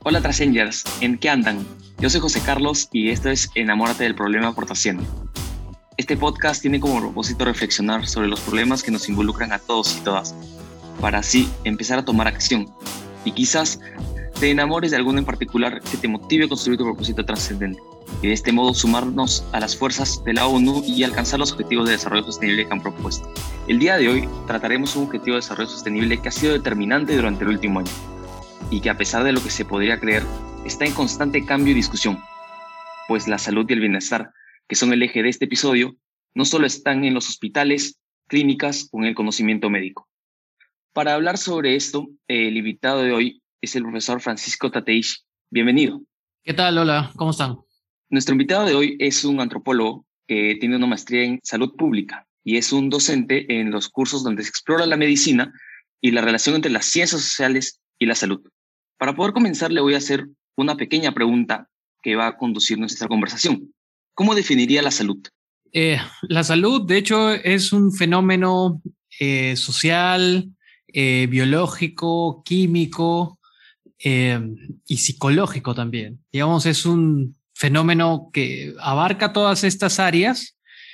Hola Trasengers, ¿en qué andan? Yo soy José Carlos y esto es Enamórate del Problema por Trasciende. Este podcast tiene como propósito reflexionar sobre los problemas que nos involucran a todos y todas, para así empezar a tomar acción y quizás te enamores de alguno en particular que te motive a construir tu propósito trascendente y de este modo sumarnos a las fuerzas de la ONU y alcanzar los objetivos de desarrollo sostenible que han propuesto. El día de hoy trataremos un objetivo de desarrollo sostenible que ha sido determinante durante el último año y que, a pesar de lo que se podría creer, está en constante cambio y discusión, pues la salud y el bienestar, que son el eje de este episodio, no solo están en los hospitales, clínicas o en el conocimiento médico. Para hablar sobre esto, el invitado de hoy es el profesor Francisco Tateishi. Bienvenido. ¿Qué tal? Hola, ¿cómo están? Nuestro invitado de hoy es un antropólogo que tiene una maestría en salud pública y es un docente en los cursos donde se explora la medicina y la relación entre las ciencias sociales y la salud. Para poder comenzar, le voy a hacer una pequeña pregunta que va a conducir nuestra conversación. ¿Cómo definiría la salud? La salud, de hecho, es un fenómeno social, biológico, químico y psicológico también. Digamos, es un fenómeno que abarca todas estas áreas,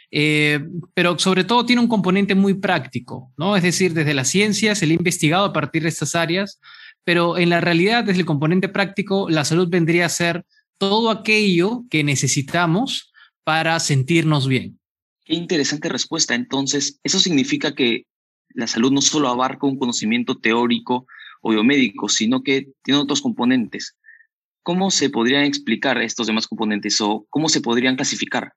pero sobre todo tiene un componente muy práctico, ¿no? Es decir, desde la ciencia se le ha investigado a partir de estas áreas, pero en la realidad, desde el componente práctico, la salud vendría a ser todo aquello que necesitamos para sentirnos bien. Qué interesante respuesta. Entonces, eso significa que la salud no solo abarca un conocimiento teórico o biomédico, sino que tiene otros componentes. ¿Cómo se podrían explicar estos demás componentes o cómo se podrían clasificar?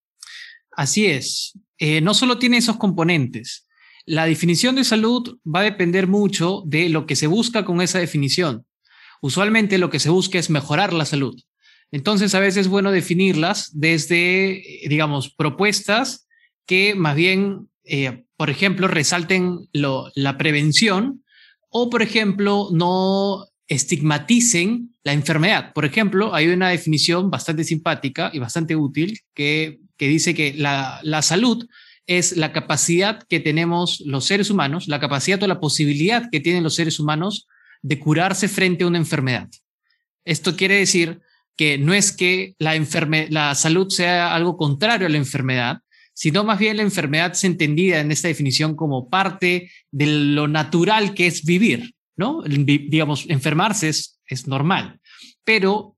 Así es. No solo tiene esos componentes. La definición de salud va a depender mucho de lo que se busca con esa definición. Usualmente lo que se busca es mejorar la salud. Entonces, a veces es bueno definirlas desde, digamos, propuestas que más bien, por ejemplo, resalten la prevención o, por ejemplo, no estigmaticen la enfermedad. Por ejemplo, hay una definición bastante simpática y bastante útil que dice que la salud es la capacidad que tenemos los seres humanos, la capacidad o la posibilidad que tienen los seres humanos de curarse frente a una enfermedad. Esto quiere decir que no es que la salud sea algo contrario a la enfermedad, sino más bien la enfermedad es entendida en esta definición como parte de lo natural que es vivir, ¿no? Digamos, enfermarse es normal, pero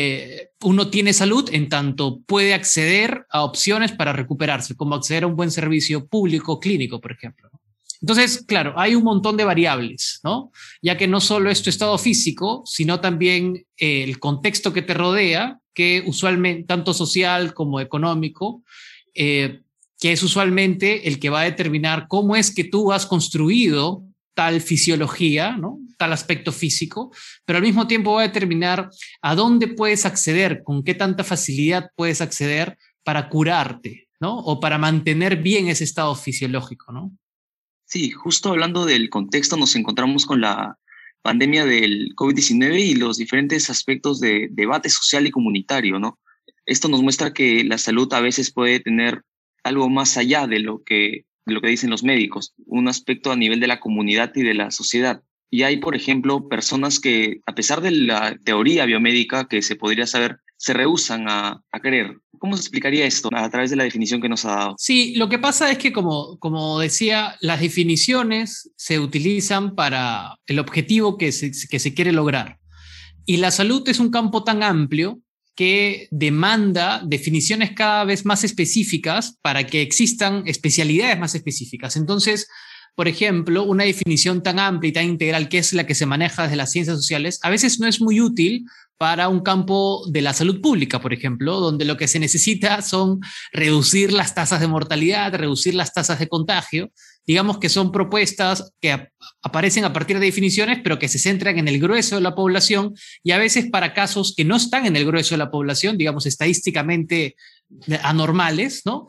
uno tiene salud en tanto puede acceder a opciones para recuperarse, como acceder a un buen servicio público clínico, por ejemplo. Entonces, claro, hay un montón de variables, ¿no? Ya que no solo es tu estado físico, sino también el contexto que te rodea, que usualmente, tanto social como económico, que es usualmente el que va a determinar cómo es que tú has construido tal fisiología, ¿no? Tal aspecto físico, pero al mismo tiempo va a determinar a dónde puedes acceder, con qué tanta facilidad puedes acceder para curarte, ¿no? O para mantener bien ese estado fisiológico, ¿no? Sí, justo hablando del contexto, nos encontramos con la pandemia del COVID-19 y los diferentes aspectos de debate social y comunitario, ¿no? Esto nos muestra que la salud a veces puede tener algo más allá de lo que dicen los médicos, un aspecto a nivel de la comunidad y de la sociedad. Y hay, por ejemplo, personas que, a pesar de la teoría biomédica que se podría saber, se rehúsan a creer. ¿Cómo se explicaría esto a través de la definición que nos ha dado? Sí, lo que pasa es que, como decía, las definiciones se utilizan para el objetivo que se quiere lograr. Y la salud es un campo tan amplio que demanda definiciones cada vez más específicas para que existan especialidades más específicas. Entonces, por ejemplo, una definición tan amplia y tan integral que es la que se maneja desde las ciencias sociales, a veces no es muy útil para un campo de la salud pública, por ejemplo, donde lo que se necesita son reducir las tasas de mortalidad, reducir las tasas de contagio. Digamos que son propuestas que aparecen a partir de definiciones, pero que se centran en el grueso de la población y a veces para casos que no están en el grueso de la población, digamos estadísticamente anormales, ¿no?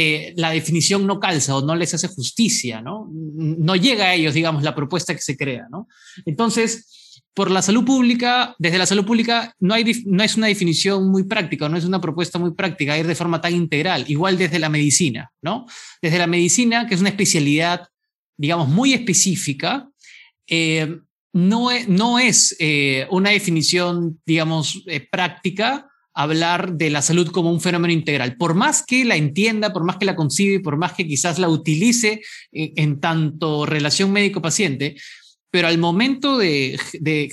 La definición no calza o no les hace justicia, ¿no? No llega a ellos, digamos, la propuesta que se crea, ¿no? Entonces, por la salud pública, desde la salud pública no es una definición muy práctica, no es una propuesta muy práctica ir de forma tan integral, igual desde la medicina, ¿no? Desde la medicina, que es una especialidad, digamos, muy específica, no es una definición, digamos, práctica hablar de la salud como un fenómeno integral. Por más que la entienda, por más que la concibe, por más que quizás la utilice en tanto relación médico-paciente, pero al momento de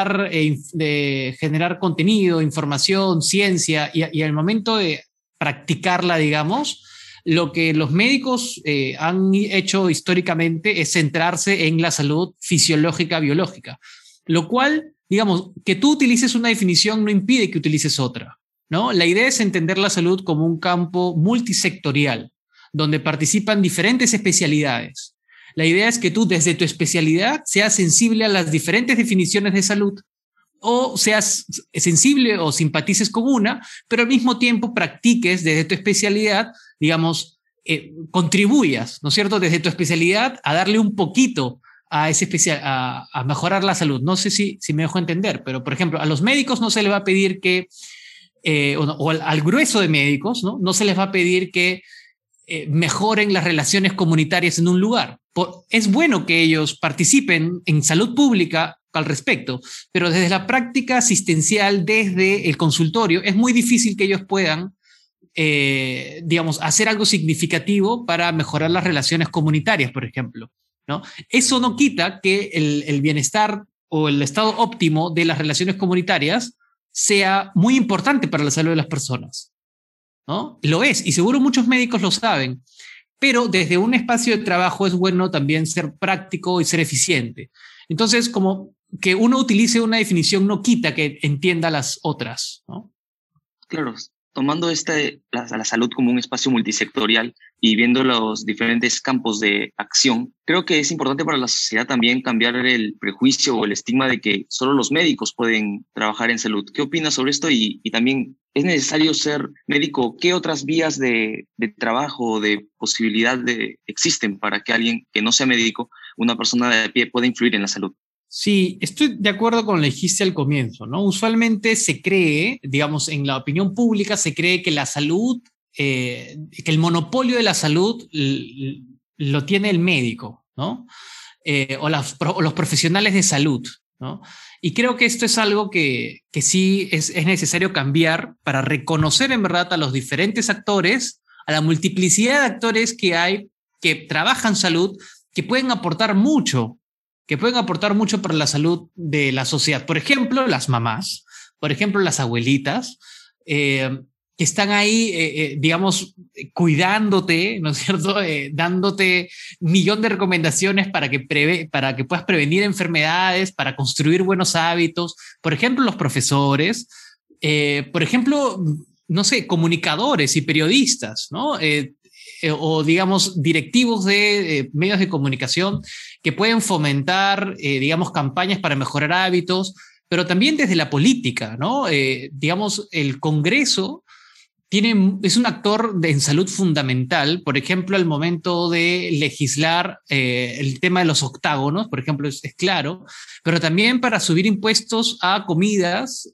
generar contenido, información, ciencia, y al momento de practicarla, digamos, lo que los médicos han hecho históricamente es centrarse en la salud fisiológica, biológica, lo cual, digamos, que tú utilices una definición no impide que utilices otra, ¿no? La idea es entender la salud como un campo multisectorial, donde participan diferentes especialidades. La idea es que tú desde tu especialidad seas sensible a las diferentes definiciones de salud, o seas sensible o simpatices con una, pero al mismo tiempo practiques desde tu especialidad, digamos, contribuyas, ¿no es cierto?, desde tu especialidad a darle un poquito a ese a mejorar la salud. No sé si me dejo entender, pero por ejemplo, a los médicos no se les va a pedir que, o al grueso de médicos, ¿no? No se les va a pedir que mejoren las relaciones comunitarias en un lugar. Es bueno que ellos participen en salud pública al respecto, pero desde la práctica asistencial, desde el consultorio, es muy difícil que ellos puedan, digamos, hacer algo significativo para mejorar las relaciones comunitarias, por ejemplo, ¿no? Eso no quita que el bienestar o el estado óptimo de las relaciones comunitarias sea muy importante para la salud de las personas, ¿no? Lo es, y seguro muchos médicos lo saben, pero desde un espacio de trabajo es bueno también ser práctico y ser eficiente. Entonces, como que uno utilice una definición no quita que entienda las otras, ¿no? Claro, tomando la salud como un espacio multisectorial y viendo los diferentes campos de acción, creo que es importante para la sociedad también cambiar el prejuicio o el estigma de que solo los médicos pueden trabajar en salud. ¿Qué opinas sobre esto? Y también, ¿es necesario ser médico? ¿Qué otras vías de trabajo o de posibilidad existen para que alguien que no sea médico, una persona de a pie, pueda influir en la salud? Sí, estoy de acuerdo con lo que dijiste al comienzo, ¿no? Usualmente se cree, digamos, en la opinión pública se cree que la salud, que el monopolio de la salud lo tiene el médico, ¿no? O los profesionales de salud, ¿no? Y creo que esto es algo que sí es necesario cambiar para reconocer en verdad a los diferentes actores, a la multiplicidad de actores que hay que trabajan salud, que pueden aportar mucho para la salud de la sociedad. Por ejemplo, las mamás, por ejemplo, las abuelitas, que están ahí, digamos, cuidándote, ¿no es cierto? Dándote un millón de recomendaciones para que puedas prevenir enfermedades, para construir buenos hábitos. Por ejemplo, los profesores, por ejemplo, no sé, comunicadores y periodistas, ¿no? O digamos directivos de medios de comunicación que pueden fomentar, digamos, campañas para mejorar hábitos, pero también desde la política, ¿no? Digamos, el Congreso es un actor en salud fundamental, por ejemplo, al momento de legislar el tema de los octágonos, por ejemplo, es claro, pero también para subir impuestos a comidas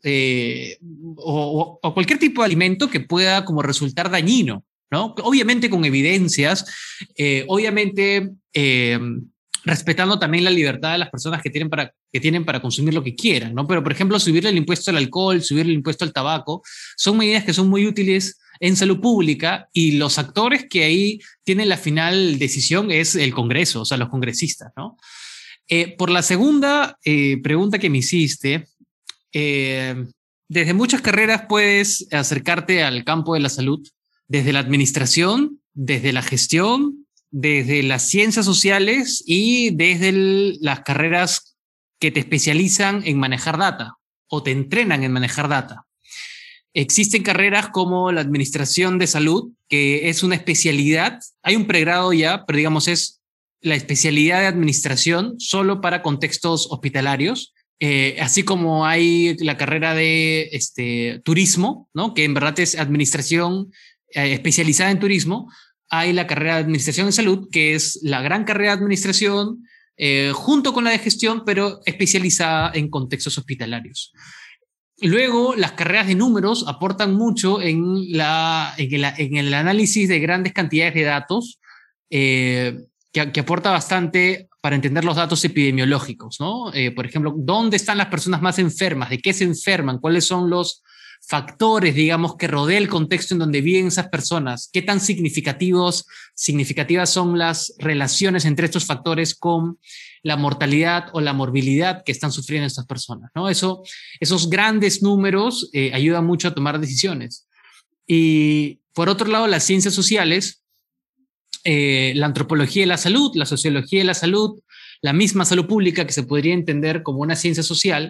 o cualquier tipo de alimento que pueda como resultar dañino, ¿no? Obviamente con evidencias, obviamente respetando también la libertad de las personas que tienen para consumir lo que quieran, ¿no? Pero, por ejemplo, subirle el impuesto al alcohol, subirle el impuesto al tabaco, son medidas que son muy útiles en salud pública, y los actores que ahí tienen la final decisión es el Congreso, o sea, los congresistas, ¿no? Por la segunda pregunta que me hiciste, desde muchas carreras puedes acercarte al campo de la salud, desde la administración, desde la gestión, desde las ciencias sociales y desde las carreras que te especializan en manejar data o te entrenan en manejar data. Existen carreras como la administración de salud, que es una especialidad. Hay un pregrado ya, pero digamos es la especialidad de administración solo para contextos hospitalarios. Así como hay la carrera de turismo, ¿no? Que en verdad es administración especializada en turismo. Hay la carrera de administración en salud, que es la gran carrera de administración junto con la de gestión, pero especializada en contextos hospitalarios. Luego, las carreras de números aportan mucho en el análisis de grandes cantidades de datos, que aporta bastante para entender los datos epidemiológicos, ¿no? Por ejemplo, ¿dónde están las personas más enfermas? ¿De qué se enferman? ¿Cuáles son los factores, digamos, que rodea el contexto en donde viven esas personas? ¿Qué tan significativas son las relaciones entre estos factores con la mortalidad o la morbilidad que están sufriendo estas personas, ¿no? Esos grandes números ayudan mucho a tomar decisiones. Y por otro lado, las ciencias sociales, la antropología de la salud, la sociología de la salud, la misma salud pública, que se podría entender como una ciencia social,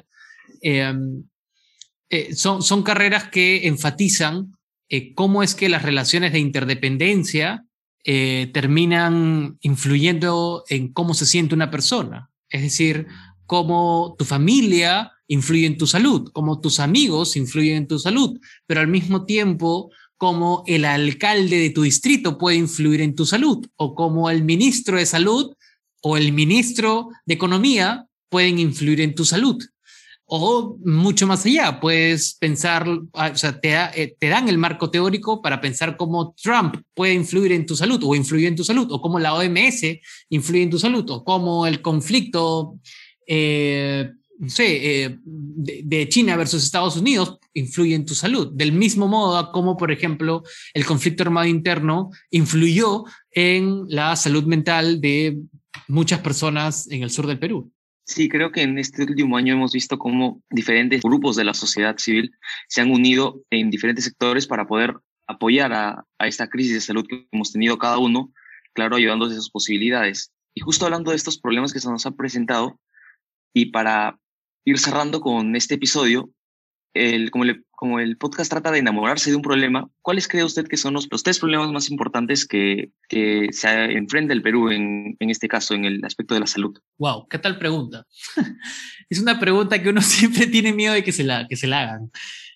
son carreras que enfatizan cómo es que las relaciones de interdependencia terminan influyendo en cómo se siente una persona. Es decir, cómo tu familia influye en tu salud, cómo tus amigos influyen en tu salud, pero al mismo tiempo cómo el alcalde de tu distrito puede influir en tu salud, o cómo el ministro de salud o el ministro de economía pueden influir en tu salud. O mucho más allá, puedes pensar, o sea, te dan el marco teórico para pensar cómo Trump puede influir en tu salud o influye en tu salud, o cómo la OMS influye en tu salud, o cómo el conflicto de China versus Estados Unidos influye en tu salud. Del mismo modo como, por ejemplo, el conflicto armado interno influyó en la salud mental de muchas personas en el sur del Perú. Sí, creo que en este último año hemos visto cómo diferentes grupos de la sociedad civil se han unido en diferentes sectores para poder apoyar a esta crisis de salud que hemos tenido cada uno, claro, ayudándose a sus posibilidades. Y justo hablando de estos problemas que se nos han presentado, y para ir cerrando con este episodio, como el podcast trata de enamorarse de un problema, ¿cuáles cree usted que son los 3 problemas más importantes que se enfrenta el Perú en este caso, en el aspecto de la salud? Wow, ¿qué tal pregunta? Es una pregunta que uno siempre tiene miedo de que se la hagan.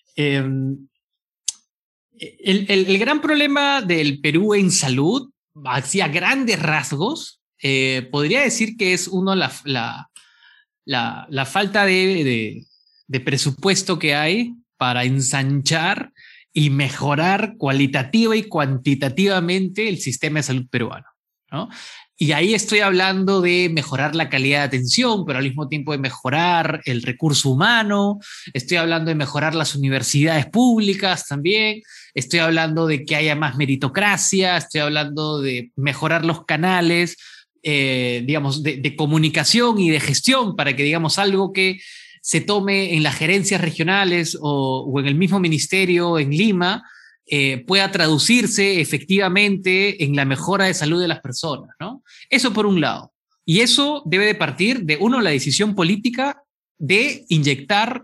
El gran problema del Perú en salud, así a grandes rasgos, podría decir que es la falta de presupuesto que hay para ensanchar y mejorar cualitativa y cuantitativamente el sistema de salud peruano, ¿no? Y ahí estoy hablando de mejorar la calidad de atención, pero al mismo tiempo de mejorar el recurso humano, estoy hablando de mejorar las universidades públicas también, estoy hablando de que haya más meritocracia, estoy hablando de mejorar los canales, digamos, de comunicación y de gestión para que, digamos, algo que se tome en las gerencias regionales o en el mismo ministerio en Lima pueda traducirse efectivamente en la mejora de salud de las personas, ¿no? Eso por un lado. Y eso debe de partir de, uno, la decisión política de inyectar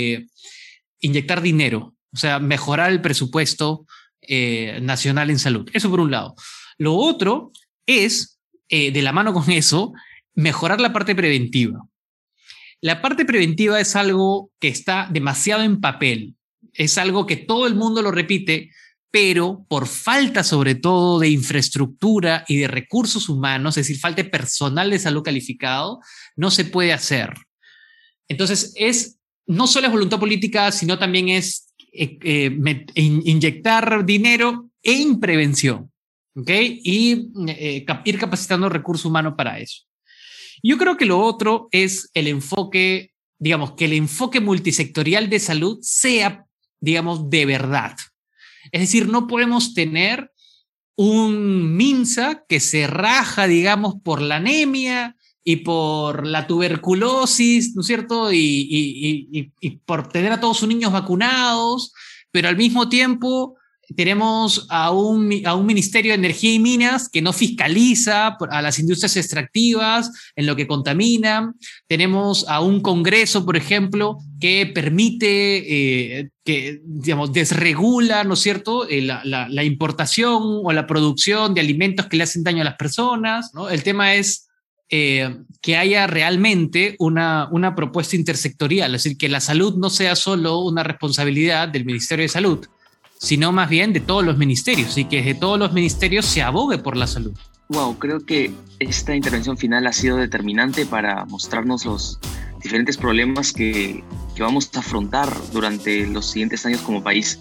dinero, o sea, mejorar el presupuesto nacional en salud. Eso por un lado. Lo otro es, de la mano con eso, mejorar la parte preventiva. La parte preventiva es algo que está demasiado en papel, es algo que todo el mundo lo repite, pero por falta sobre todo de infraestructura y de recursos humanos, es decir, falta de personal de salud calificado, no se puede hacer. Entonces, no solo es voluntad política, sino también es inyectar dinero en prevención, ¿ok? Y ir capacitando recurso humano para eso. Yo creo que lo otro es el enfoque, digamos, que el enfoque multisectorial de salud sea, digamos, de verdad. Es decir, no podemos tener un MINSA que se raja, digamos, por la anemia y por la tuberculosis, ¿no es cierto? Y por tener a todos sus niños vacunados, pero al mismo tiempo tenemos a un Ministerio de Energía y Minas que no fiscaliza a las industrias extractivas en lo que contaminan. Tenemos a un Congreso, por ejemplo, que permite, que, digamos, desregula, ¿no es cierto?, la importación o la producción de alimentos que le hacen daño a las personas, ¿no? El tema es que haya realmente una propuesta intersectorial, es decir, que la salud no sea solo una responsabilidad del Ministerio de Salud, sino más bien de todos los ministerios, y que de todos los ministerios se abogue por la salud. Wow, creo que esta intervención final ha sido determinante para mostrarnos los diferentes problemas que vamos a afrontar durante los siguientes años como país.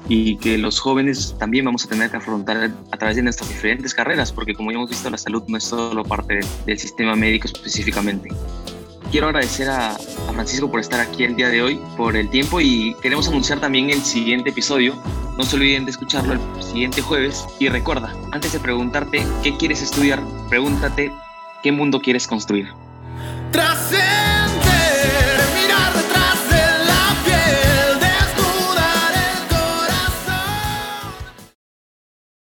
y que los jóvenes también vamos a tener que afrontar a través de nuestras diferentes carreras, porque como ya hemos visto, la salud no es solo parte del sistema médico específicamente. Quiero agradecer a Francisco por estar aquí el día de hoy, por el tiempo, y queremos anunciar también el siguiente episodio. No se olviden de escucharlo el siguiente jueves. Y recuerda, antes de preguntarte qué quieres estudiar, pregúntate qué mundo quieres construir. Trascender.